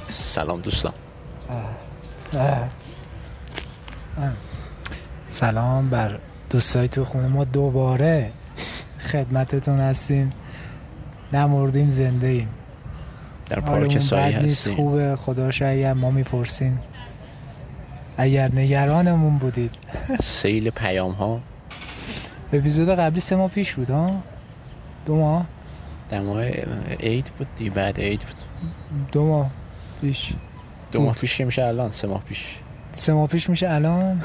سلام دوستان. سلام بر دوستای تو خونه. ما دوباره خدمتتون هستیم، نمردیم، زنده ایم، در پارک سایی هستیم. خوبه خدا شاید. ما میپرسین اگر نگرانمون بودید. سیل پیام ها. اپیزود قبلی 3 ماه پیش بود ها؟ 2 ماه؟ در ماه عید بود دی، بعد عید بود. 2 ماه پیش. 2 ماه پیش میشه الان 3 ماه پیش. 3 ماه پیش میشه الان.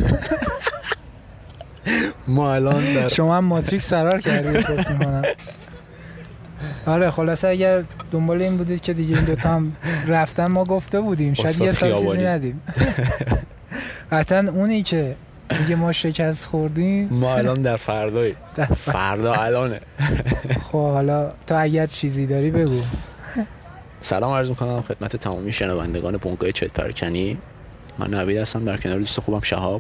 ما الان در شما هم ماتریکس فرار کردید فکر می‌کنم. آره خلاصه اگر دنبال این بودید که دیگه این دوتا هم رفتن، ما گفته بودیم شاید یه سال چیزی ندیم. قطعا اونی که میگه ما شکست خوردیم، ما الان در فردایی. فردا الانه. خب حالا تو اگر چیزی داری بگو. سلام عرض میکنم خدمت تمامی شنوندگان بونگای چت پراکنی. من نوید هستم در کنار دوست خوبم شهاب.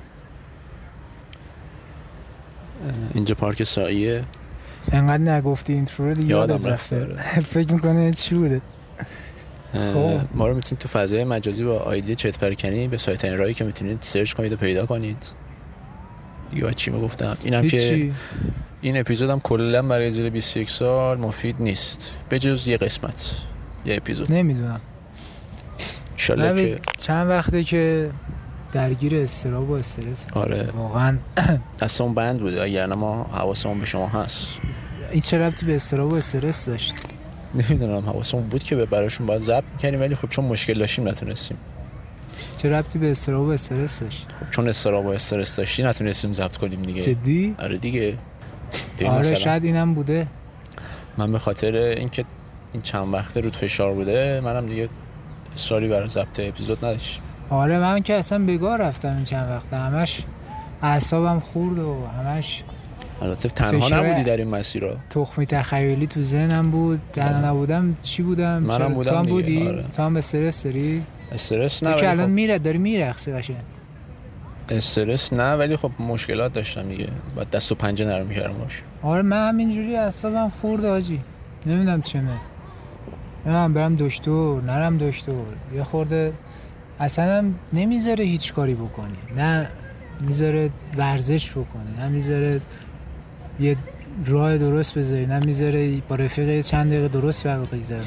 اینجا پارک ساییه. انقدر نگفتی اینترو رو دیگه یادم رفته. فکر میکنه چی بوده. ما رو میتونید تو فضای مجازی با آیدی چت پراکنی به سایت این رایی که میتونید سرچ کنید و پیدا کنید. دیگه چی میگفتم؟ اینم که این اپیزود هم کلا برای زیر 21 سال مفید نیست به جز یه قسمت، یه اپیزود. نمیدونم انشالله که چند وقته که درگیر استراب و استرس. آره واقعا دستمون بند بوده، اگر نه ما حواسمون به شما هست. این چه ربطی به استراب و استرس داشت؟ نمیدونم، حواسمون بود که براشون باید ضبط می‌کنیم ولی خب چون مشکل داشتیم نتونستیم. چه ربطی به استراب و استرس داشت؟ خب چون استراب و استرس داشتی نتونستیم ضبط کنیم دیگه. جدی؟ آره دیگه. آره شاید اینم بوده. من به خاطر اینکه این چند وقته رود فشار بوده منم دیگه اصراری برای ضبط اپیزود نداشتم. آره من که اصلا بگاه رفتم این چند وقته، همش اعصابم خورد و همش. البته تنها نبودی در این مسیر. تخمی تخیلی تو ذهنم بود. تنها نبودم. چی بودم؟ منم بودم. تو هم دیگه. بودی؟ آره. تو هم استرس داری؟ استرس نه که الان خب داری میرقصی قشنگ. استرس نه ولی خب مشکلات داشتم دیگه، بعد دست و پنجه نرم می‌کردم باش. آره من همینجوری اعصابم خورد آجی، نمیدونم چمه. من برم دکتر نرم دکتر، یه خورده اصلا هم نمیذاره هیچ کاری بکنی، نه میذاره ورزش بکنی، نه میذاره یه راه درست بذاری، نه میذاره با رفیق چند دقیقه درست وقت بگذرونی.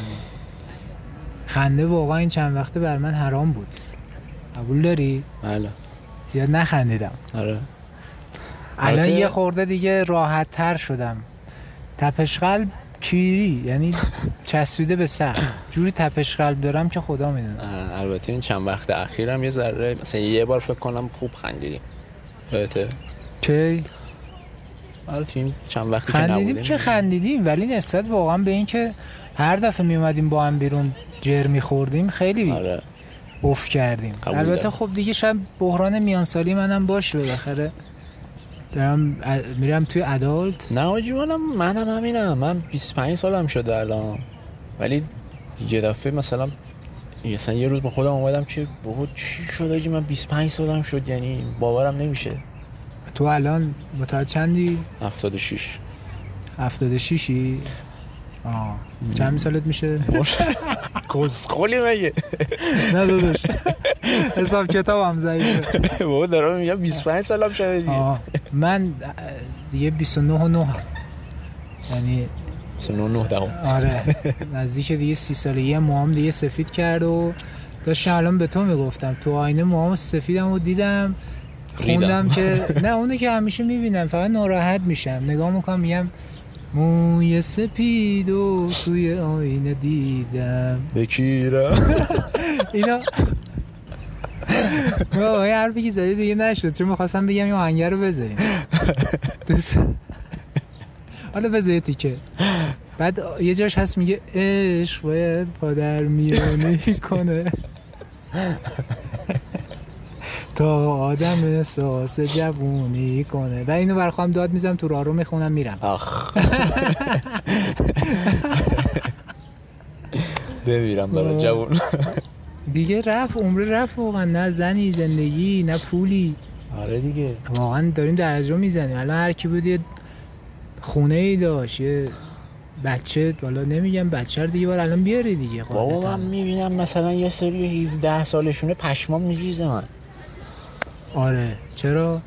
خنده واقعا این چند وقته بر من حرام بود. قبول داری؟ بله. زیاد نخندیدم. آره. الان یه خورده دیگه راحت تر شدم. تپش قلب کیری، یعنی چسبیده به سقف. جوری تپش قلب دارم که خدا میدونه. البته این چند وقت اخیرم یه ذره، مثلا یه بار فکر کنم خوب خندیدیم. البته کی؟ البته این چند وقتی که نبودیم خندیدیم که خندیدیم، ولی نسبت واقعا به این که هر دفعه می اومدیم با هم بیرون جر می‌خوردیم خیلی آره. اوف کردیم. البته خب دیگه شاید بحران میانسالی منم باشه بالاخره. دارم میرم توی ادالت. نه آجی منم همینم. من 25 سالم شده الان، ولی یه دفعه مثلا یه روز با خودم اومدم که بابا چی شد آجی، من 25 سالم شد، یعنی باورم نمیشه. تو الان متولد چندی؟ 76. 76ی؟ چند سالت میشه؟ کسخولی مگه؟ نه داداش حساب کتابم ضعیفه. بابا دارم میگم 25 سالم شده دیگه. من دیگه 29 و 9 هم، یعنی 29 دهم. آره نزدیک دیگه 30 ساله. یه موهام دیگه سفید کرد و داشتم الان به تو میگفتم تو آینه موهام سفیدم و دیدم خوندم که نه اونو که همیشه میبینم فقط ناراحت میشم، نگاه میکنم میگم موی سپید و توی آینه دیدم بکیرم. اینا بابا یه حرفی که زدی دیگه نشد، چون میخواستم بگم این آهنگه رو بذاریم دوست. حالا بذاری تیکه. بعد یه جاش هست میگه عشق باید پادر میانی کنه تا آدم احساس جوونی کنه، و اینو برای خودم داد میزم تو راه رو میخونم میرم. بمیرم برای جوون. دیگه رفت عمر رفت واقعا، نه زنی زندگی نه پولی. آره دیگه واقعا داریم درجا میزنیم. الان هر کی بود یه خونه ای داشت، یه بچه والا نمیگم بچه رو دیگه باید الان بیاری دیگه. بابا من میبینم مثلا یه سری 17 سالشونه پشمام میریزه من. آره چرا؟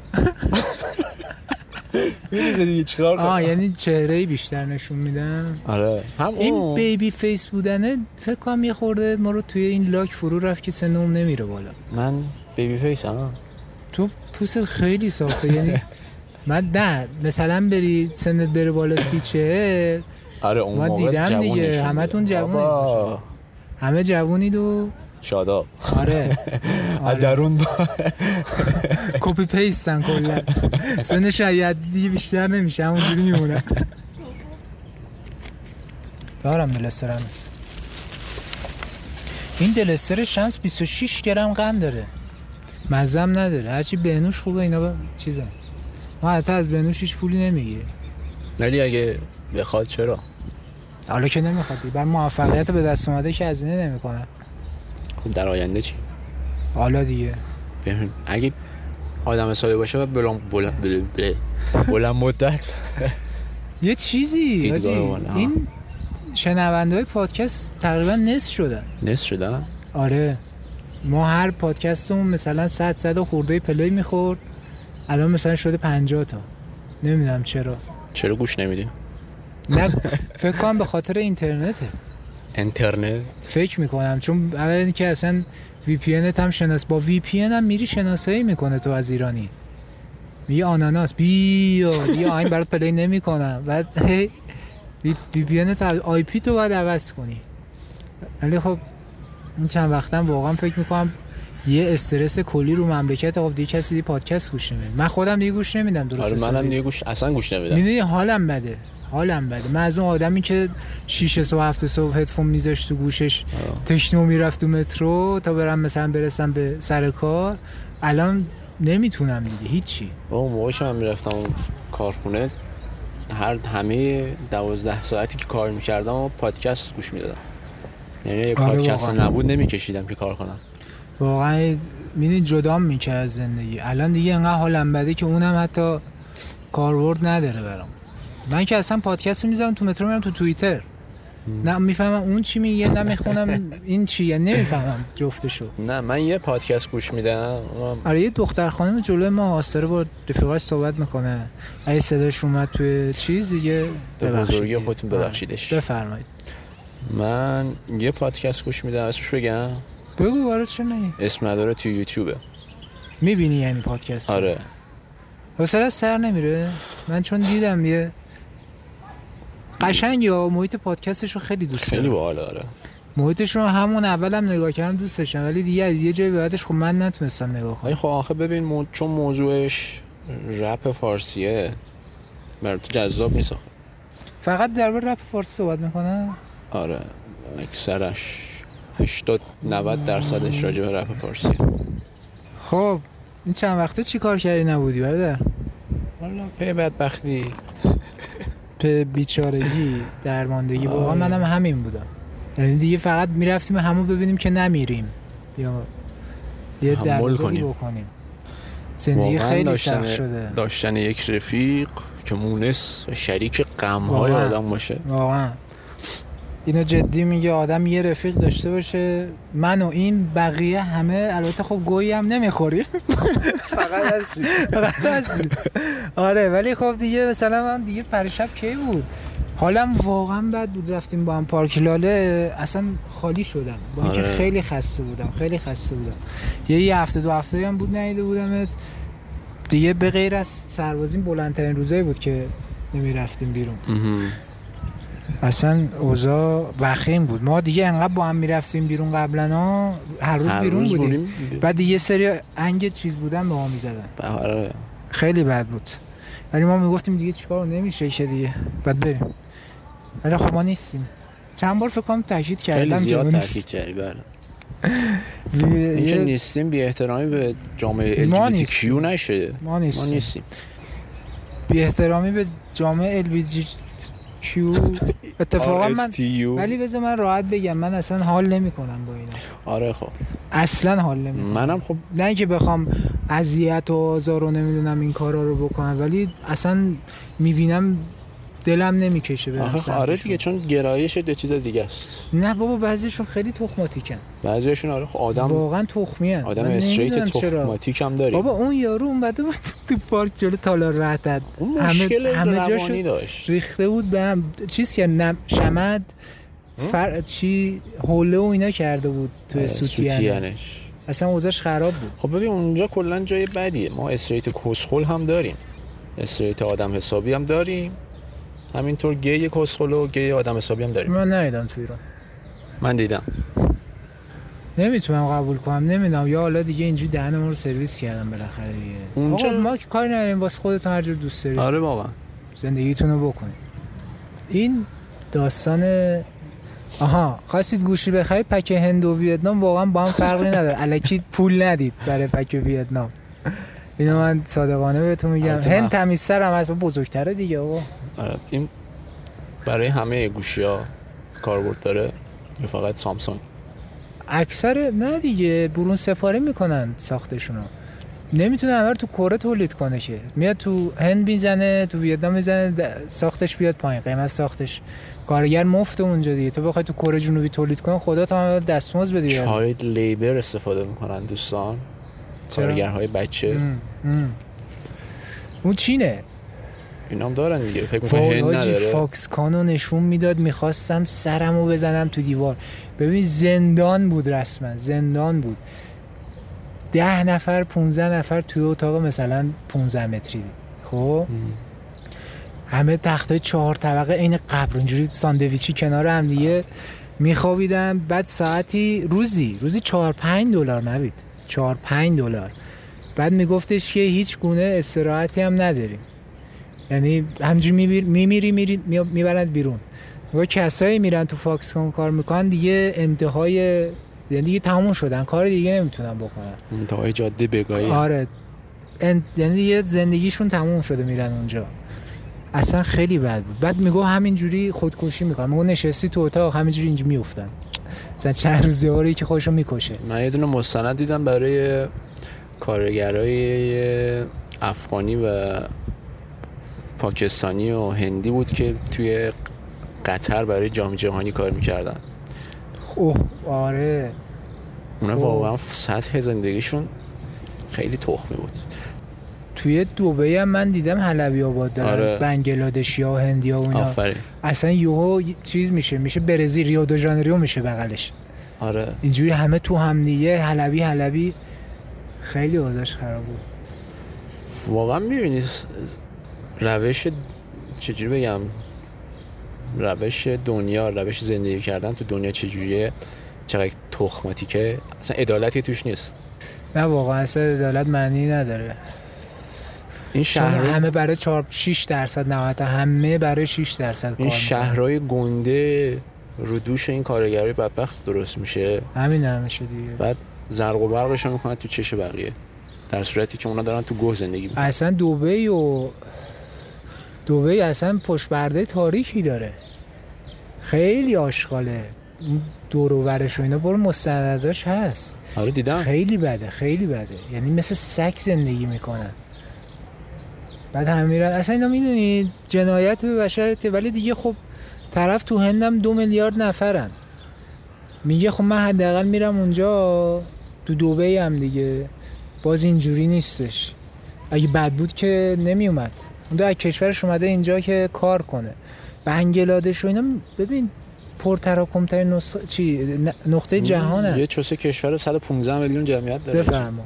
میریزه دیگه چیکار کنم؟ یعنی چهره‌ای بیشتر نشون میدن. آره هم این بیبی فیس بودنه فکر کنم یه خورده ما رو توی این لاک فرو رفت که سنم نمیره بالا. من بیبی فیس تو پوست خیلی صافه. یعنی من نه مثلا بری سنت بره بالا 30-40. آره اون ما دیدم دیگه همتون جوونید، همه جوونید و شاداب. آره درون کپی پیستن کلا. سن شاید دیگه بیشتر نمیشه همونجوری میمونه. دارم دلستر هنوز. این دلستر شمس 26 گرم قند داره، مزم نداره، هرچی بهنوش خوبه اینا چیزه. ما حتی از بهنوش هیچ پولی نمیگیره. ولی اگه بخواد چرا؟ حالا که نمیخواد بر موفقیت به دست اومده که هزینه نمیکنه. خب در آینده چی؟ حالا دیگه اگه آدم حسابی باشه بلند مدت یه چیزی این شنونده های پادکست تقریبا نصف شدن. آره ما هر پادکستمون مثلا 100 خورده پلی میخورد، الان مثلا شده 50 تا. نمیدونم چرا گوش نمیدیم. نه فکر کنم به خاطر اینترنت فکر میکنم، چون اولا که اصلا وی پی ان هم با وی پی ان هم میری شناسایی میکنه تو از ایرانی، میگه آناناس بیا این برات پلی نمیکنم، بعد وی پی ان آی پی تو باید عوض کنی. ولی خب این چند وقتم واقعا فکر میکنم یه استرس کلی رو مملکت. خب دیگه کسی دیگه پادکست گوش نمیده. من خودم دیگه گوش نمیدم درست. آره منم دیگه اصلا گوش نمیدم. میدونی حالم بده. من از اون آدمی که 6 صبح 7 صبح هدفون میذاشت تو گوشش تکنو میرفت تو مترو تا برسم به سر کار، الان نمیتونم دیگه هیچی. اون موقعی که من میرفتم کارخونه همه 12 ساعتی که کار میکردم و پادکست گوش میدادم. یعنی پادکست نبود نمیکشیدم که کار کنم. واقعا میدونی جدام میکرد از زندگی. الان دیگه انقدر حالم بده که اونم حتی کارورد نداره برام. من که اصلا پادکست میذارم تو مترو، میرم تو توییتر، نه میفهمم اون چی میگه نه میخونم این چیه، نمیفهمم جفتشو. نه من یه پادکست گوش میدم. آره یه دختر خانم جلوی ما آستاره با رفیقاش صحبت میکنه، اگه صداش اومد توی چیز دیگه به بزرگی خودتون ببخشیدش. بفرمایید. من یه پادکست گوش میدم، اسمش بگم؟ بگو برات چه نه اسم نداره، تو یوتیوبه. میبینی یعنی پادکست؟ آره. حوصله سر نمیره. من چون دیدم یه قشنگ یا محیط پادکستش رو خیلی دوست دارم. خیلی باحال. آره محیطش رو همون اولم نگاه کردم دوست داشتم، ولی دیگه از یه جایی به بعدش خب من نتونستم نگاه کنم. خب آخه ببین چون موضوعش رپ فارسیه برات جذاب نیست. فقط درباره رپ فارسی صحبت میکنه؟ آره اکثرش 80-90% راجع به رپ فارسی. خب این چند وقته چی کار کردی نبودی برادر؟ والا پی بدبختی، پی بیچارگی، درماندگی. واقعا منم همین بودم. یعنی دیگه فقط میرفتیم همو ببینیم که نمیریم یا یه درماندگی بکنیم. زندگی خیلی سخت شده. داشتن یک رفیق که مونس و شریک غم‌های آدم باشه. واقعا اینو جدی میگه، آدم یه رفیق داشته باشه. من و این بقیه همه البته خب گویی هم نمیخوریم فقط هستی. آره ولی خب دیگه مثلا من دیگه پریشب کی بود حالم واقعا بد بود، رفتیم با هم پارک لاله، اصلا خالی شدم با اینکه خیلی خسته بودم. یه هفته 2 هفته هم بود ندیده بودمت دیگه. به غیر از سربازیم بلندترین روزایی بود که نمیرفتیم بیرون. اصلا اوضاع وخیم بود. ما دیگه انقدر با هم میرفتیم بیرون قبلا، هر روز بیرون بودیم. بعد یه سری انگ چیز بودن به ما میزدن، خیلی بد بود. ولی ما میگفتیم دیگه چیکار نمیشه که دیگه بعد بریم. ولی خب ما نیستیم. چند بار فکر کنم تاکید کردم خیلی زیاد تاکید کردی. بله اینکه نیستیم بی احترامی به جامعه LGBTQ نشه. ما نیستیم بی احترامی به جامعه LGBTQ. اتفاقا من ولی بذار من راحت بگم من اصلا حال نمیکنم با اینا. آره خب اصلا حال نمیکنم. منم خب نه اینکه بخوام اذیت و آزار رو نمیدونم این کارا رو بکنم، ولی اصلا میبینم دلم نمیکشه برم. آره دیگه، چون گرایش یه چیز دیگه است. نه بابا بعضیشون خیلی تخماتیکن، بعضیشون آره آدم واقعا تخمی ان، آدم استریت تخماتیک هم داریم. بابا اون یارو اومده بود تو پارک جلو تالار رهطد، اون مشکل روانی داشت، ریخته بود به هم چیز که شمد چی حوله و اینا کرده بود تو سوتیانش، اصلا اوضاعش خراب بود. خب ببین اونجا کلا جای بدیه. ما استریت کسخل هم داریم، استریت آدم حسابی هم داریم، همینطور گی کسخل و گی آدم حسابی هم داریم. من ندیدم تو ایران. من دیدم، نمیتونم قبول کنم، نمیدونم یا حالا دیگه اینجوری دهنمون رو سرویس کردم بالاخره دیگه. اونجا ما که کاری نداریم، واسه خودتون هر جور دوست دارید آره واقعا زندگیتون رو بکنید. این داستان خواستید گوشی بخرید پک هند و ویتنام واقعا با هم فرقی نداره. الکی پول ندید برای پک ویتنام، اینو من صادقانه بهتون میگم. هند تمیزتر هم از بزرگتره دیگه آقا. آره این برای همه گوشی‌ها کاربرد داره یا فقط سامسونگ؟ اکثر نه دیگه، برون سپاری میکنن ساختشونو، نمیتونه همه رو تو کره تولید کنه که. میاد تو هند میزنه، تو ویتنام میزنه، ساختش بیاد پایین، قیمت ساختش. کارگر مفت اونجا دیگه. تو بخوای تو کره جنوبی تولید کنی خدا تا دستمزد بدی. چایلد لیبر استفاده میکنن دوستان، کارگرهای بچه. اون چینه، اینا هم دارن دیگه. فکر می‌کنم هند نداره. فاکس کانو نشون میداد، میخواستم سرمو بزنم تو دیوار. ببین زندان بود، رسما زندان بود. 10 نفر 15 نفر توی اتاق مثلا 15 متری، خب همه تختای 4 طبقه عین قبر اینجوری ساندویچی کنار هم دیگه میخوابیدن. بعد ساعتی روزی 4-5 دلار نوید، 4-5 دلار. بعد میگفتش که هیچ گونه استراحتی هم نداریم، یعنی همینجوری میمیری میبرند بیرون. و کسایی میرن تو فاکسکون کار میکنن دیگه انتهای، یعنی دیگه تموم شدن، کار دیگه نمیتونن بکنن، انتهای جاده بگاهی. آره یعنی دیگه زندگیشون تموم شده، میرن اونجا. اصلا خیلی بد بود. بعد میگو همینجوری خودکشی میکنن، میگو نشستی تو اتاق همینجوری اینجوری میافتن، مثلا چند روزی هایی که خودشو میکشه. من یه دونه مستند دیدم برای کارگرای افغانی و پاکستانی و هندی بود که توی قطر برای جام جهانی کار میکردن. اوه آره، اونا واقعا سطح زندگیشون خیلی تخمی بود. توی دبی هم من دیدم حلبی آباد دارن. آره. بنگلادشی‌ها و هندی‌ها و اینا. آفرین. اصلا یهو چیز میشه برزیل، ریو دو ژانیرو میشه بغلش. آره اینجوری همه تو هم دیگه حلبی خیلی اوضاعش خراب بود. واقعا میبینی روش چجوری بگم، روش دنیا، روش زندگی کردن تو دنیا چجوریه، چقدر تخماتیکه، اصلا عدالتی توش نیست. نه واقعا اصلا عدالت معنی نداره. این شهر همه برای 4-6% نهایتا همه برای 6% کار. این شهرهای گنده رو دوش این کارگرای بدبخت درست میشه. همین همیشه دیگه. بعد زرق و برقشون میکنن تو چش بقیه، در صورتی که اونا دارن تو گوه زندگی میکنن. اصلا دبی اصلا پشت پرده تاریخی داره، خیلی آشغاله. دور و برش و اینا برو مستنداش هست. آره دیدم. خیلی بده، یعنی مثل سگ زندگی میکنن. بعد هم میرن، اصلا اینا میدونی جنایت به بشریته. ولی دیگه خب طرف تو هندم 2 میلیارد نفرن، میگه خب من حداقل میرم اونجا. تو دبی هم دیگه باز اینجوری نیستش. اگه بد بود که نمیومد، اون دو از کشورش اومده اینجا که کار کنه. بنگلادش و اینا ببین پرتراکم‌ترین نقطه جهانه. یه چوسه کشور 115 میلیون جمعیت داره. بفرما.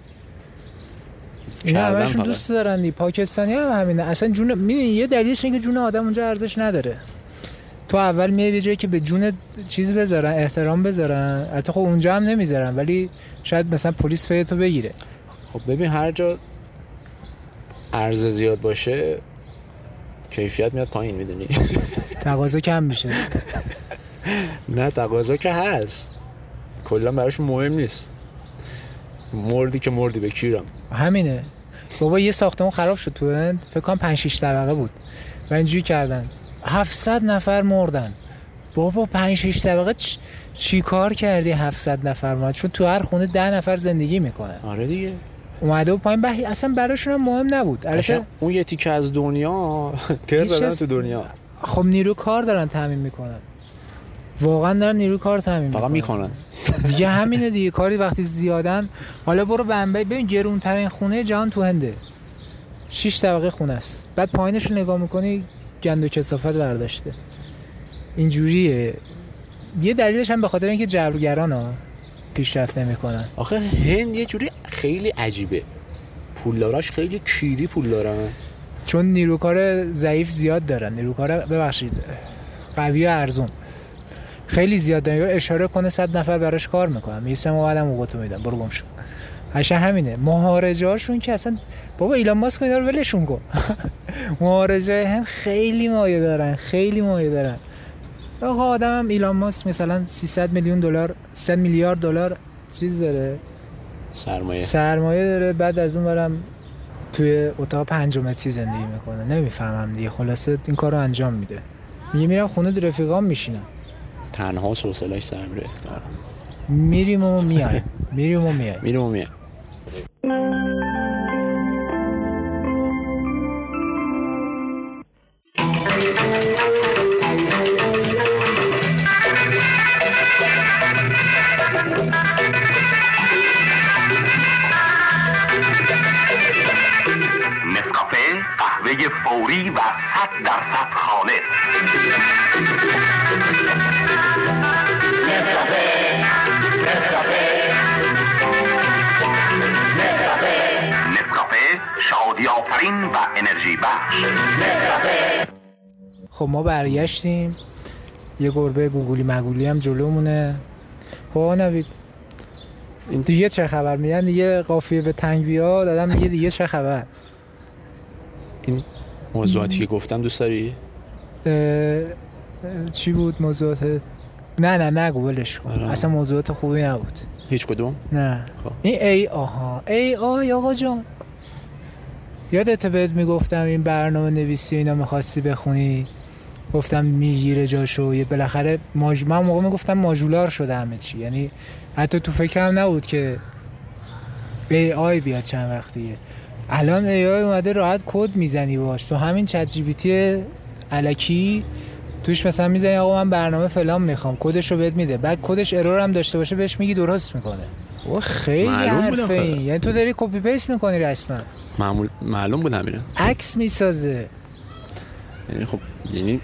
اینا همشون دوست دارن دی. پاکستانی هم همینه. اصلا جون میدونی یه دلیلش اینه که جون آدم اونجا ارزش نداره. تو اول میای به جایی که به جون چیز بذارن، احترام بذارن، البته خب اونجا هم نمیذارن، ولی شاید مثلا پلیس پی تو بگیره. خب ببین هر جا ارز زیاد باشه کیفیت میاد پایین، میدونی. تقاضا کم میشه. نه تقاضا که هست، کلا براش مهم نیست. مردی که مردی به کیرم. همینه بابا. یه ساختمون خراب شد تو هند، فکر کنم 5-6 طبقه بود و اینجوری کردن 700 نفر مردن. بابا 5-6 طبقه چی کار کردی 700 نفر مرد؟ چون تو هر خونه 10 نفر زندگی میکنن. آره دیگه. اومده و پایین اصلا براشون هم مهم نبود. البته اون یه تیکه از دنیا تر زدن تو دنیا. خب نیرو کار دارن تامین میکنن، واقعا دارن نیرو کار تامین فقط میکنن دیگه. همینه دیگه، کاری وقتی زیادن. حالا برو بمبئی ببین، گرونترین خونه جهان تو هنده، 6 طبقه خونه است، بعد پایینش رو نگاه میکنی گند و کثافت برداشته. اینجوریه. یه دلیلش هم به خاطر اینکه جبرگرانا پیشرفت نمیکنن. آخه هند یه جوری خیلی عجیبه، پولداراش خیلی کیری پول دارن، چون نیروکار ضعیف زیاد دارن، نیروکار ببخشید قوی و ارزون خیلی زیاد دارن. اشاره کنه 100 نفر براش کار میکنن، میسم اومدم اوقاتو میدم برو گم شو. هاشه همینه. مهارجاشون که اصلا بابا ایلان ماسک اینا رو ولشون کن. مهارجای هم خیلی مایه دارن، خیلی مایه دارن. آقا آدمم ایلان ماسک مثلا 300 میلیون دلار 100 میلیارد دلار چیز داره، سرمایه داره، بعد از اون برم توی اتاق 5 متری زندگی میکنه. نمیفهمم دیگه. خلاصه این کارو انجام میده. میرم خونه رفیقام میشینم، تنها حوصله‌اش سر میره. میریم و میایم، میریم و میایم. نسکافه قهوه فوری و 100% خالص. نسکافه شادی آفرین و انرژی بخش. خب ما برگشتیم، یه گربه گوگولی مگولی هم جلومونه. خب نوید این دیگه چه خبر؟ میگن دیگه قافیه به تنگبیا دادم، میگه دیگه چه خبر؟ این موضوعاتی که گفتم دوست داری؟ چی بود موضوعات؟ نه نگو ولش کن. اصلا موضوعات خوبی نبود. هیچ کدوم؟ نه. این ای آقا جان، یادت بهت میگفتم این برنامه نویسی اینا میخواستی بخونی، گفتم میگیره جاشو. یه بالاخره من موقع میگفتم ماژولار شده همه چی، یعنی حتی تو فکرم نبود که AI بیاد چند وقتیه. الان AI اومده راحت کد میزنی باش، تو همین چت جی پی تی الکی توش مثلا میزنی آقا من برنامه فلان میخوام، کدش رو بهت میده، بعد کدش ارور هم داشته باشه بهش میگی درست میکنه. او خیلی حرفه این، یعنی تو داری کپی پیست میکنی رسما. معلوم بود همینه. عکس میسازه. یعنی خب یعنی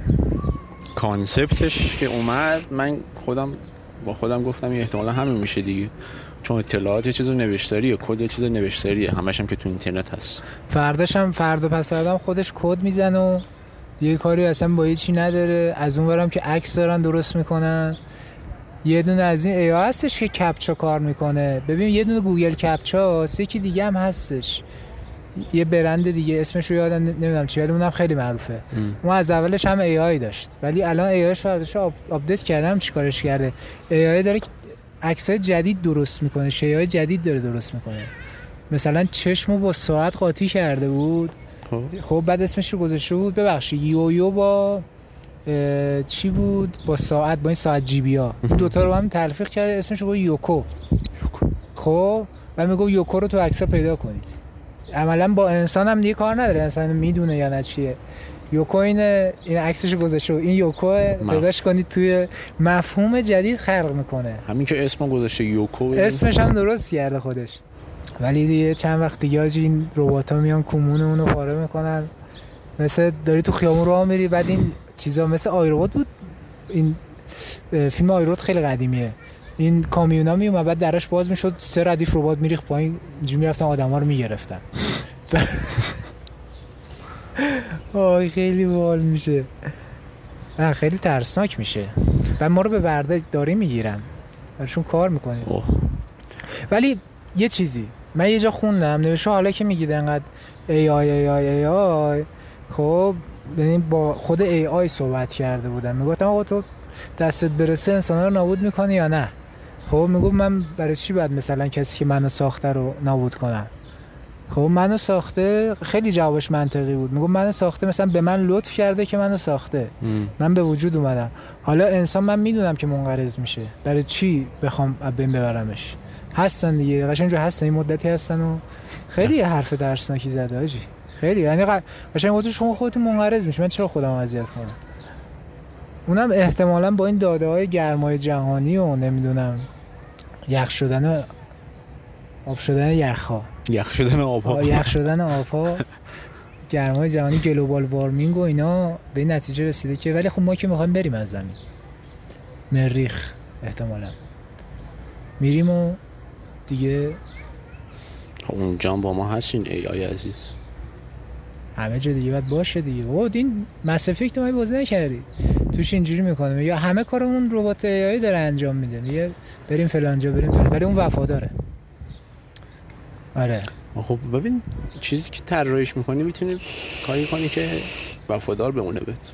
کانسپتش که اومد، من با خودم گفتم این احتمالا همین میشه دیگه، چون اطلاعات یه چیز نوشتاریه، کد یه چیز نوشتاریه، همش هم که تو اینترنت هست. فردا پس آدم خودش کد میزنه و یه کاری اصلا با هیچی نداره. از اون برم که عکس دارن درست میکنن. یه دونه از این ای هستش که کپچا کار میکنه. ببین یه دونه گوگل کپچا هست، یکی دیگه هم هستش، یه برند دیگه اسمش رو یادم نمیدونم چیه، ولی اونم خیلی معروفه. اون از اولش هم AI داشت، ولی الان AIش فرداش آپدیت کردم. چیکارش کرده؟ AI داره عکسای جدید درست میکنه، شی‌های جدید داره درست میکنه. مثلا چشمو با ساعت قاطی کرده بود، خب بعد اسمش رو گذاشته بود، ببخشید یویو با چی بود، با ساعت، با این ساعت جیبیا، دو تا رو هم تلفیق کرده، اسمش رو یوکو. خب بعد میگه یوکو رو تو عکس‌ها پیدا کنید. عملاً با انسان هم دیگه کار نداره، انسان میدونه یا نه چیه. یوکو این عکسش رو گذاشته، این یوکو پیداش کنید، توی مفهوم جدید خلق میکنه. همین که اسمو گذاشته یوکو، اسمش هم درست کرده خودش. ولی دیگه چند وقت دیگه این ربات‌ها میان کومونمون رو پاره میکنن. مثل داری تو خیابون راه میری، بعد این چیزا مثل آیروبات بود. این فیلم آیروبات خیلی قدیمیه. این کامیونا میومد بعد درش باز میشد، 3 ردیف ربات میریخت پایین، اینجوری میرفتن آدما رو میگرفتن. آی خیلی باحال میشه. نه خیلی ترسناک میشه. بعد ما رو به برده داری میگیرن، براشون کار میکنیم. ولی یه چیزی من یه جا خوندم نوشته، حالا که میگید انقدر AI خب ببین با خود AI صحبت کرده بودن، میگفتم آقا تو دستت برسه انسانا رو نابود میکنی یا نه؟ خب میگم من برای چی باید مثلا کسی که منو ساخته رو نابود کنم؟ خب منو ساخته، خیلی جوابش منطقی بود. میگم منو ساخته، مثلا به من لطف کرده که منو ساخته، من به وجود اومدم. حالا انسان من میدونم که منقرض میشه، برای چی بخوام بین ببرمش؟ هستن دیگه، قشنگ جو هستن، این مدتی هستن و خیلی حرف ترسناکی زده آجی، خیلی. یعنی قشنگ گفتم شما خودتون منقرض میشید، من چرا خودم اذیت کنم؟ اونم احتمالاً با این داده‌های گرمای جهانی و نمیدونم یخ شدن آب شدن یخ‌ها، یخ شدن آب‌ها، یخ شدن آب‌ها، گرمای جهانی، گلوبال وارمینگ و اینا به این نتیجه رسیده که ولی خب ما که می‌خوایم بریم از زمین، مریخ احتمالاً میریم و دیگه اونجا با ما هستین ای آی عزیز، همه جا دیگه باید باشه دیگه. او این مس افکت ما بازی نکردی توش اینجوری میکنه یا همه کارمون ربات ای آی داره انجام میده، میگه بریم فلان جا بریم فلان، ولی اون وفاداره. آره خب ببین چیزی که طراحیش میکنی میتونی کاری کنی که وفادار بمونه بهت.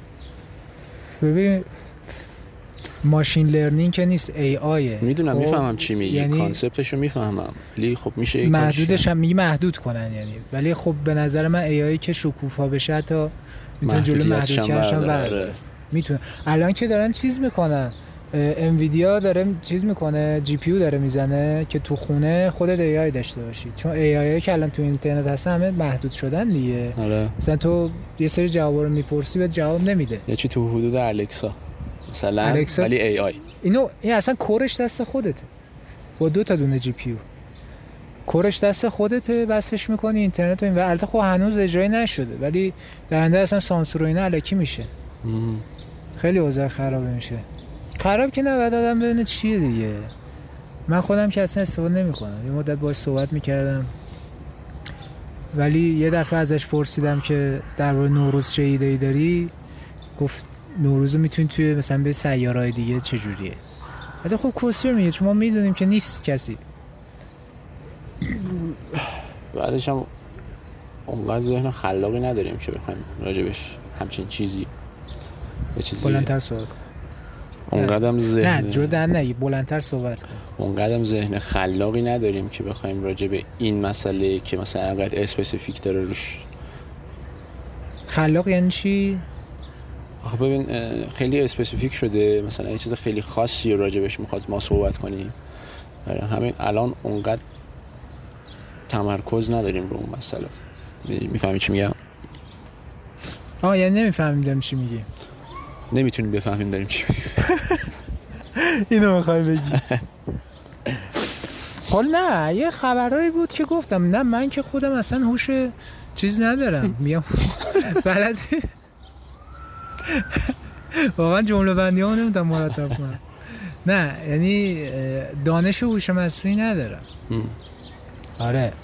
ببین ماشین لرنینگ که نیست، ای آیه. میدونم، خب میفهمم چی میگی، یعنی کانسپتشو میفهمم، ولی خب میشه محدودش هم میگی محدود کنن یعنی، ولی خب به نظر من ای آی که شکوفا بشه حتی میتونه جلوی محدودیتش هم برداره. میتونه. الان که دارن چیز میکنن، انویدیا داره چیز میکنه، جی پی یو داره میزنه که تو خونه خودت ای آی داشته باشی، چون ای آی که الان تو اینترنت هست همه محدود شدن دیگه. آره. مثلا تو یه سری جوابا رو میپرسی بهت جواب نمیده، یه چی تو حدود الکسا مثلا، الکسا ولی ای آی این اصلا کورش دست خودته، با 2 تا دونه جی پی یو کورش دست خودته، بسش میکنی اینترنت و این. و البته خب هنوز اجرایی نشده ولی درنده اصلا سانسور و اینا الکی میشه، خیلی اوضاع خراب میشه. خراب که نه، بعد آدم ببینه چیه دیگه. من خودم که اصلا استفاده نمیکنم، یه مدت باهاش صحبت میکردم ولی یه دفعه ازش پرسیدم که درباره نوروز چه ایده‌ای داری، گفت نوروز میتونی توی مثلا به سیاره‌های دیگه چجوریه. البته خب کوسر میگه چون ما میدونیم که نیست کسی. بعدش هم اونقدر ذهن خلاقی نداریم که بخوایم راجبش همچین چیزی یه چیزی بلندتر صحبت کن. اونقدرم ذهن نه جردن نگی، بلندتر صحبت کن. اونقدرم ذهن خلاقی نداریم که بخوایم راجب این مسئله که مثلا انقدر اسپسیفیک داره روش. خلاق یعنی چی؟ آخه ببین خیلی اسپسیفیک شده، مثلا یه چیز خیلی خاصی راجبش میخواد ما صحبت کنیم، همین الان اونقدر تمرکز نداریم رو اون مسئله. میفهمی چی میگم؟ یعنی نمیفهمیم داریم چی میگی، نمیتونیم بفهمیم داریم چی میگیم. اینو میخوای بگی؟ حال نه، یه خبرایی بود که گفتم نه من که خودم اصلا هوش چیز ندارم، میام بلد واقعا جمله بندی ها نمیتونم مرتب کنم. نه یعنی دانش هوش مصنوعی ندارم. آره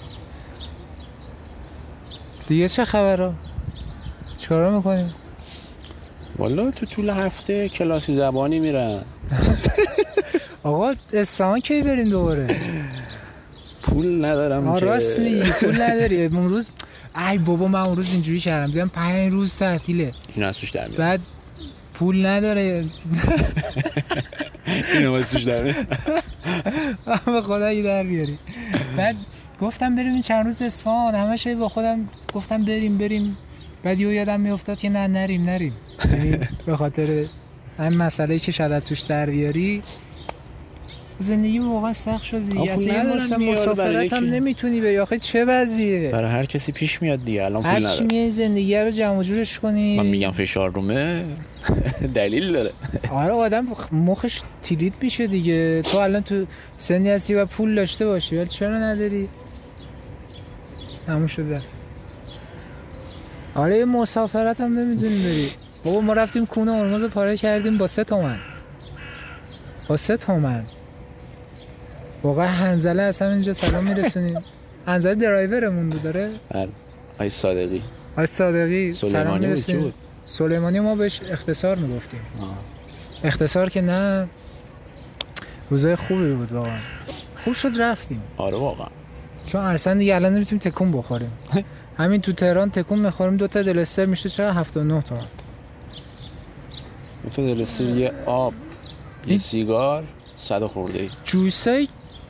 دیگه چه خبرها؟ چیکارا میکنیم؟ والا تو طول هفته کلاسی زبانی میرن. آقا اصفهان کی بریم دوباره؟ پول ندارم که. راست میگی پول نداری. اون روز ای بابا من اون روز اینجوری کردم، دیدم 5 روز تعطیله، اینو از توش در میاد، بعد پول نداره. اینو از توش در میاد. به خدا یه در بیاری. بعد گفتم بریم این چند روز اصفهان، همش با خودم گفتم بریم، بعد یادم میافتاد که نه نریم. یعنی به خاطر این مسئله‌ای که شاید توش در بیاری زندگی واقعا سخت شده دیگه. اصلا یه مسافرت هم نمیتونی بری. آخه چه وضعیه؟ برای هر کسی پیش میاد دیگه. الان پول نداره. هر چی میای زندگی رو جمع جورش کنی. من میگم فشار رومه دلیل داره. آره آدم مخش تیلیت میشه دیگه. تو الان تو سنی هستی و پول داشته باشی ولی چرا نداری؟ همون شده. آره مسافرت هم نمیتونی بری. بابا ما رفتیم کونه هرمز پاره کردیم با 3 تومن. با 3 تومن. واقعا هنزله اصلا اینجا سلام میرسونیم. هنزله درایورمون رو داره. آی صادقی سلام میرسونیم. سلیمانی ما بهش اختصار میگفتیم. اختصار که نه، روزای خوبی بود واقعا. خوب شد رفتیم. آره واقعا. چون اصلا دیگه الان نمیتونیم تکون بخوریم. همین تو تهران تکون میخوریم 2 تا دلستر میشه چرا 79 تومن. 2 تا دلستر، یه آب، یه سیگار 100 خورده. جوسای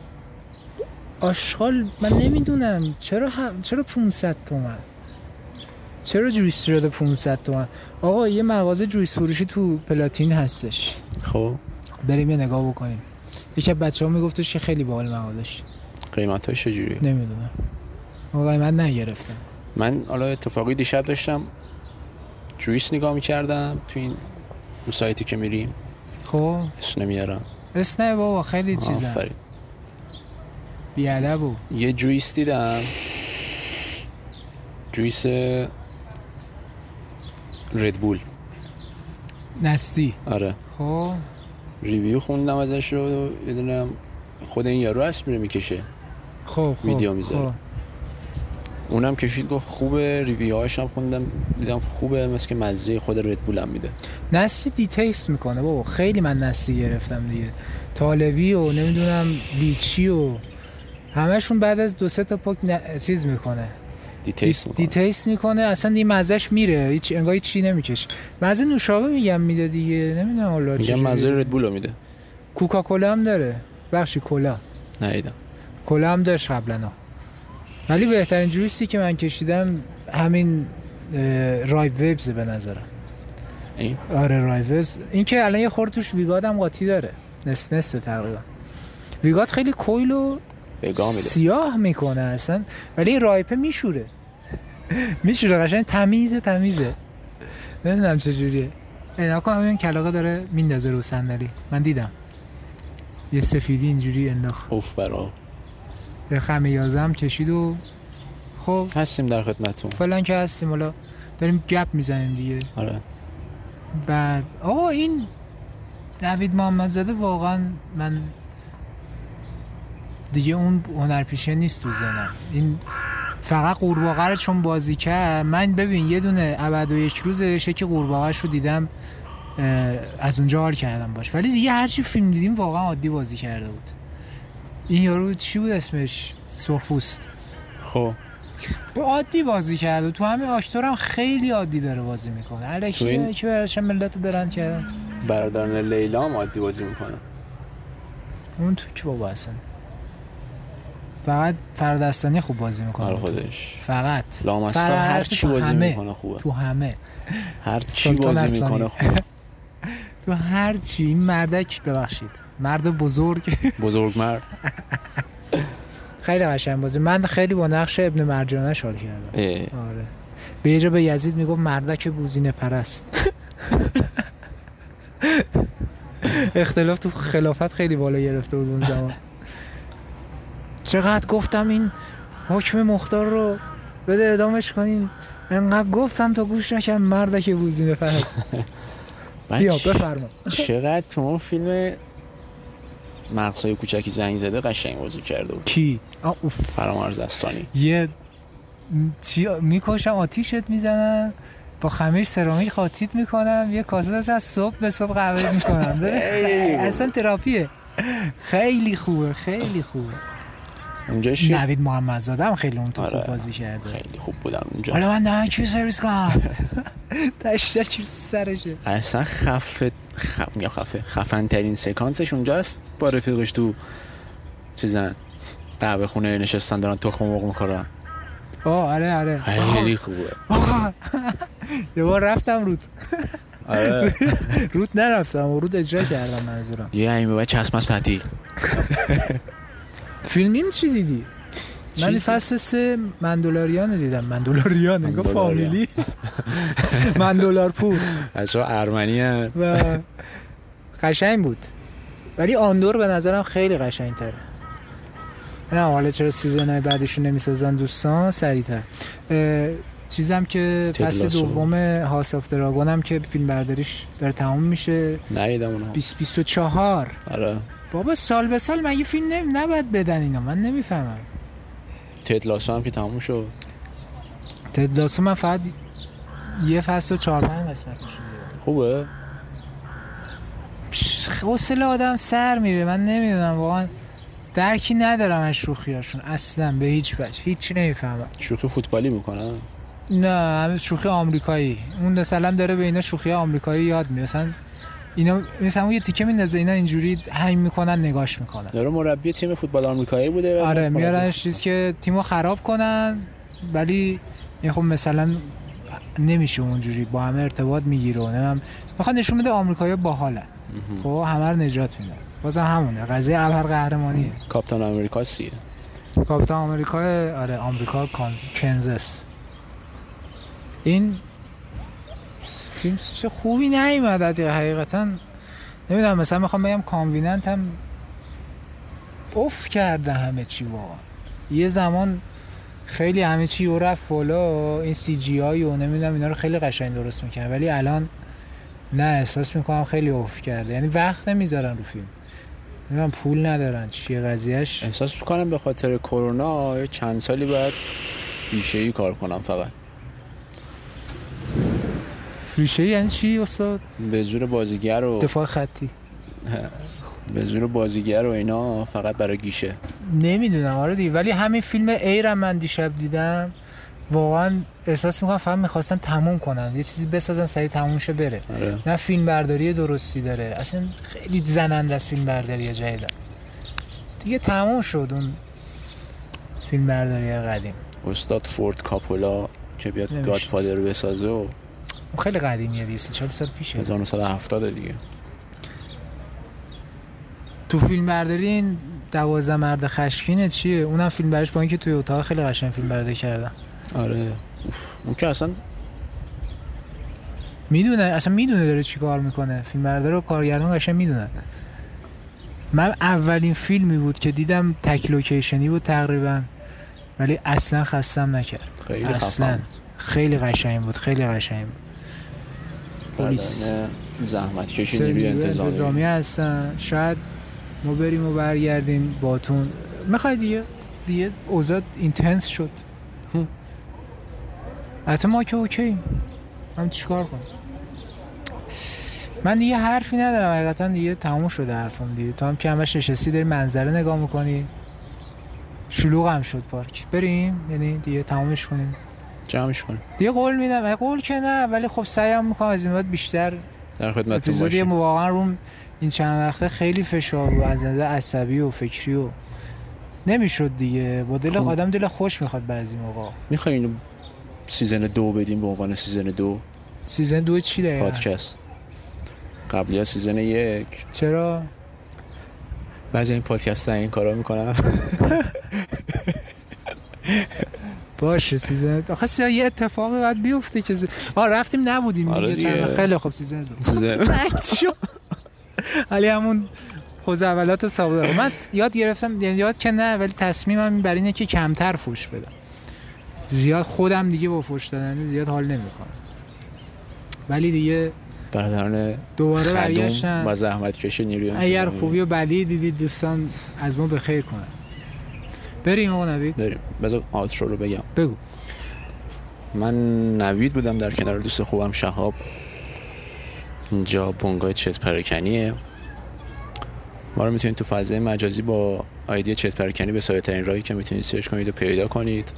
آشغال من نمیدونم چرا 500 تومن. چرا جویس شده 500 تومن؟ آقا یه مغازه جویس فروشی تو پلاتین هستش. خب بریم یه نگاه بکنیم. یکی از بچه‌ها میگفتش که خیلی باحال مقالش. قیمتاش چجوریه؟ نمیدونم. واقعا من نگرفتم. من حالا اتفاقی دیشب داشتم جویس نگاه می‌کردم تو این سایتی که میریم. خب اسم نمیارم. اسم بابا خیلی چیزا. آفرین. بیادبو. یه جویس دیدم. جویس ردبول. نستی. آره. خب ریویو خوندم ازش رو بدونم خود این یارو اسب میره میکشه. خب ویدیو میذاره. اونم کشید گفت خوبه، ریویوهاش هم خوندم دیدم خوبه، مثل که مزه خود ردبول هم میده. نستی دیتیست میکنه بابا. خیلی من نستی گرفتم دیگه. طالبی و نمیدونم لیچی و همشون بعد از 2-3 تا پک چیز میکنه. دیتیست میکنه اصلا دیگه مزهش میره. هیچ انگار چی نمیکشه. مزه نوشابه میگم میده دیگه. نمیدونم والله چی. میگم مزه ردبولو میده. کوکاکولا هم داره. بخشی کولا. ندیدم. کولا هم داشت قبلا. ولی بهترین جویسی که من کشیدم همین رای ویبز به نظرم. این؟ آره رای ویبز. این که الان یه خورده توش ویگاد هم قاطی داره. نس تقریبا. ویگاد خیلی کویل و سیاه میکنه اصلا، ولی رایپه میشوره. میشوره قشنگ تمیزه. نمیدونم چجوریه. اینا کنم این کلاغه داره میندازه رو صندلی. من دیدم. یه سفیدی اینجوری انداخت. اوف برا. یه خمیازه هم کشید و خب هستیم در خدمتتون. فعلا که هستیم، حالا داریم گپ میزنیم دیگه. آره. بعد این نوید محمدزاده واقعا من دیگه اون هنرپیشه نیست تو ذهنم. این فقط قورباغه رو چون بازی کرد. من ببین یه دونه ابد و یک روزش که قورباغه‌اش رو دیدم از اونجا حال کردم باش، ولی دیگه هرچی فیلم دیدیم واقعا عادی بازی کرده بود. این یارو چی بود اسمش؟ سرخپوست. خب عادی بازی کرده. تو همین آشتور هم خیلی عادی داره بازی میکنه. الکی که براش ملت برند کردن. برادران لیلا هم عادی بازی میکنه. اون تو که بابا اصلا فقط فردستانی خوب بازی میکنه. آره خودش. فقط لامصب هر چی بازی میکنه خوبه. تو همه هر چی بازی میکنه خوبه. تو هر چی. این مردک ببخشید مرد بزرگ مرد خیلی قشنگ بازی. من خیلی با نقش ابن مرجانه شال کردم. آره. به یه جا به یزید میگفت مردک بوزینه پرست. اختلاف تو خلافت خیلی بالا گرفته بود اون زمان. چقدر گفتم این حکم مختار رو بده اعدامش کنین، انقدر گفتم تا گوش نکرد. مردک بوزینه پرست. بیا بفرما. چقدر تو اون فیلم مغزای کوچکی زنگ زده قشنگ بازی کرده بود. کی؟ فرامرز استانی. یه چی میکشم آتیشت میزنم با خمیر سرامیک آتیت میکنم، یه کاسه از صبح به صبح قهوه میکنم. اصلا تراپیه. خیلی خوبه. اونجا نوید محمدزاده هم خیلی اون تو خوب بازی کرده. خیلی خوب بودن اونجا. حالا من نه چی سرویس کنم. تشتکی سرشه. اصلا خفن ترین سکانسش اونجاست با رفیقش تو چیزن قهوه خونه نشستن دارن تخم مرغ میخورن. آره خیلی خوبه. یه بار رفتم رود. آره. رود نرفتم، رود اجرا کردم منظورم. یه همین بابا چسماس پتی. فیلمیم چی دیدی؟ من فصل 3 مندولاریان دیدم. مندولاریان نگاه فامیلی. مندولارپور. اجرا ارمنی هست. قشنگ بود. ولی آندور به نظرم خیلی قشنگ تره. نه حالا چرا سیزنهای بعدشون نمیسازن دوستان سریعتر. چیزم که فصل دوم هاوس آف دراگون هم که فیلم برداریش داره تموم میشه. ندیدم اونها. 2024. آره. بابا سال به سال مگه فیلم نباید بدن اینا؟ من نمیفهمم. تد لاسو هم که تموم شد. تد لاسو من فقط یه فصل 4-5 قسمتش دیدم. خوبه؟ حوصله آدم سر میره. من نمیدونم واقعا درکی ندارم از شوخیاشون اصلا به هیچ وجه. هیچی نمیفهمم. شوخی فوتبالی میکنن؟ نه همه شوخی آمریکایی. اون مثلا داره به اینا شوخی آمریکایی یاد میده. مثلا اینا مثلا اون یه تیکه میندازه اینا اینجوری هیم میکنن نگاش میکنن. داره مربی تیم فوتبال آمریکایی بوده. آره میارنش چیز که تیمو خراب کنن، ولی این خب مثلا نمیشه اونجوری با همه ارتباط میگیره و نمیدونم میخواد نشون بده آمریکایی‌ها باحالن. خب همه رو نجات میدن. بازم همونه قضیه الهر قهرمانیه. کاپیتان آمریکا سیه. کاپیتان آمریکا، آره آمریکا کنزاس. این فیلم چه خوبی نیومد حقیقتا. نمیدونم مثلا میخوام بگم کانویننت هم اوف کرده همه چی واقعا. یه زمان خیلی همه چی رو رفت بالا، این سی جی آی و نمیدونم اینا رو خیلی قشنگ درست میکنن، ولی الان نه، احساس میکنم خیلی اوف کرده. یعنی وقت نمیذارن رو فیلم، نمیدونم پول ندارن چیه قضیهش. احساس میکنم به خاطر کرونا چند سالی باید ریشه‌ای کار کنم. فقط ریشه‌ای یعنی چی استاد؟ به زور بازیگر و دفاع خطی، به زور بازیگر و اینا، فقط برای گیشه. نمیدونم آره دیگه. ولی همین فیلم ایر من دیشب دیدم، واقعا احساس میکنم فقط میخواستن تموم کنن، یه چیزی بسازن سریع تموم شه بره. نه فیلم برداری درستی داره، اصلا خیلی زننده است فیلم برداری جدید دیگه. تموم شد اون فیلم برداری قدیم. استاد فورد کاپولا که بیاد گادفادر رو بسازه و اون خیلی قدیمیه دیگه، 40 سال پیشه، 1970 دیگه. تو فیلم برداری این 12 مرد خشکینه چیه؟ اونم فیلم برداریش با اینکه توی اتاق خیلی قشنگ فیلم برداری کردن. آره اون که اصلا میدونه داره چی کار میکنه. فیلم بردار و کارگردان قشنگ میدونن. من اولین فیلمی بود که دیدم تک لوکیشنی بود تقریبا، ولی اصلا خستم نکرد. خیلی اصلا خیلی قشنگ بود، خیلی قشنگ بود. پلیس زحمت کشی نیروی انتظامی هستن. شاید ما بریم و برگردیم باتون. میخوای دیگه اوضاع اینتنس شد. البته ما که اوکییم، هم چیکار کنم؟ من دیگه حرفی ندارم حقیقتا، دیگه تموم شده حرفم دیگه. تو هم که همش نشستی داری منظره نگاه میکنی، شلوغ هم شد پارک. بریم یعنی دیگه تمومش کنیم، جمعش کنیم دیگه. قول میدم، قول که نه، ولی خب سعیم میکنم از این بعد بیشتر در خدمتتون باشیم. واقعا روم این چند وقته خیلی فشار بود از نظر عصبی و فکری و نمیشد دیگه. با دل آدم دل خوش میخواد بعضی موقع. میخوای اینو سیزن 2 بدیم به عنوان سیزن 2؟ سیزن 2 چی دقیقا؟ پادکست قبلی از سیزن 1. چرا؟ بعضی این پادکست این کارا میکنن. باشه سیزن آخه یه اتفاقی باید بیفته که رفتیم نبودیم دیگه. خیلی خوب سیزن 2 ولی همون خوز اولات سابقه من یاد گرفتم، یعنی یاد که نه، ولی تصمیمم بر اینه که کمتر فوش بدم. زیاد خودم دیگه با فوش دادن زیاد حال نمیکنم، ولی دیگه برادران دوباره برگشتن و زحمت کش نیروی انتظامی. اگر خوبی و بدی دیدید دوستان از ما بخیر کنن. بریم آقا نوید. بریم. بذار آوترو رو بگم. بگو. من نوید بودم در کنار دوست خوبم شهاب. اینجا بنگاه چت پراکنیه. ما رو میتونید تو فضای مجازی با آیدی چت پراکنی به سایه ترین راهی که میتونید سرچ کنید و پیدا کنید.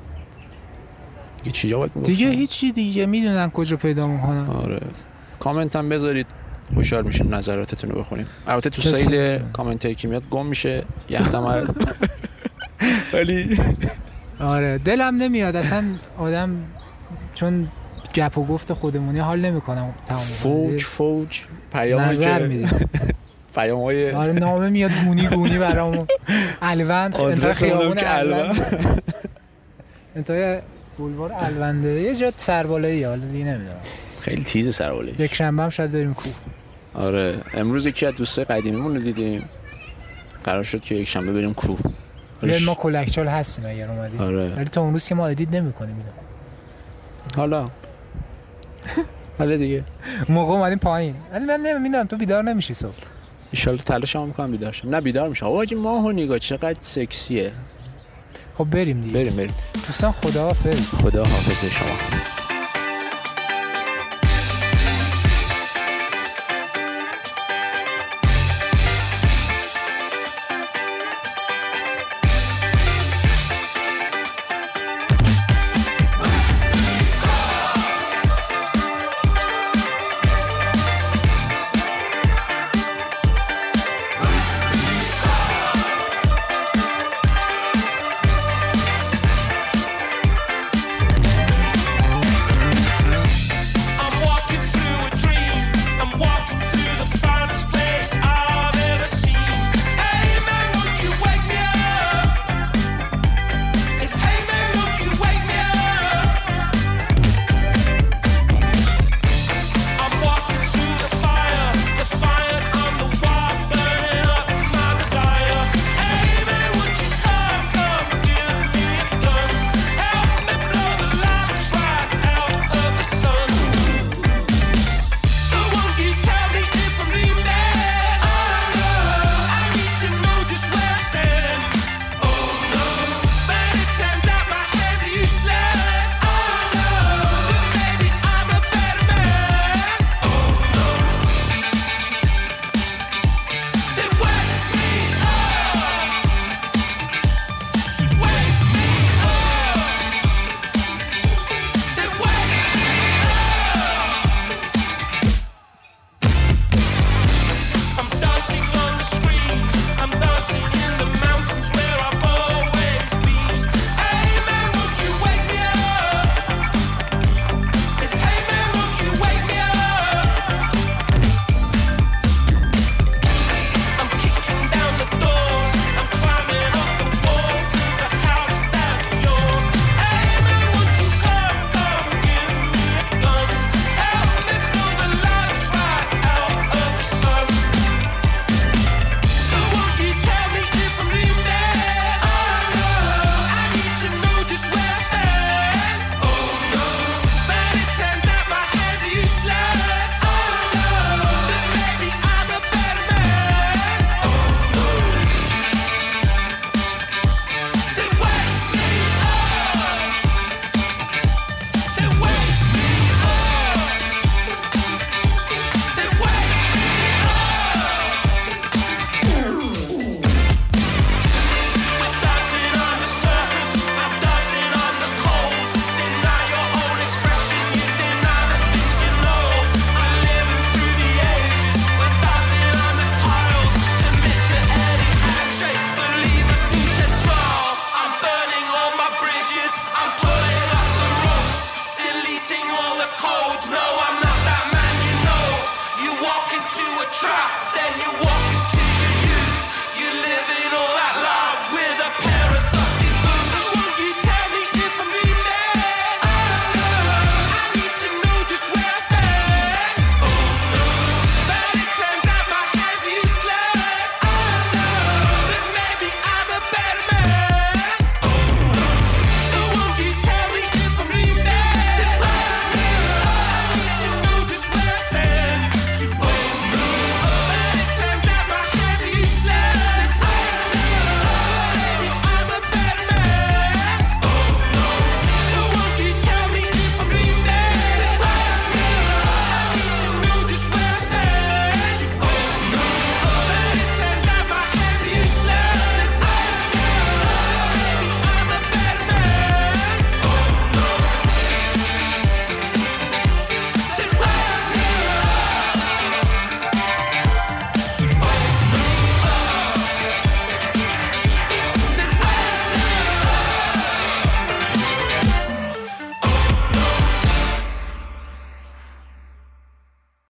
چی جواب میگفتم؟ دیگه هیچی دیگه میدونن کجا پیدا میکنن. آره. کامنت هم بذارید، خوشحال میشیم نظراتتون رو بخونیم. البته تو سیل کامنت هایی که میاد گم میشه یختمر. ولی آره دلم نمیاد اصلا آدم، چون گپ و گفت خودمونی حال نمیکنم تمام. فوج پیام نظر میدیم. پیام‌های آره نامه میاد گونی برامون. الوند انتهای خیابون الوند، انتهای بولوار الونده، یه جا سربالایی. حالا دیگه نمیدونم، خیلی تیز سربالایی. یک شنبه هم شاید بریم کوه. آره امروز یکی از دوستای قدیمیمون رو دیدیم، قرار شد که یک شنبه بریم کوه. ما کلکچال هستیم اگر اومدیم. آره. ولی تا اون روز که ما ادیت نمی‌کنیم اینو. حالا دیگه موقع اومدیم پایین. ولی من نمیدونم تو بیدار نمیشی صبح. ان شاء الله تلاشمو میکنم بیدار شم. نه بیدار میشم. آقا ماهو نگاه چقدر سکسیه. خب بریم دیگه. بریم. دوستان خداحافظ. خداحافظ شما.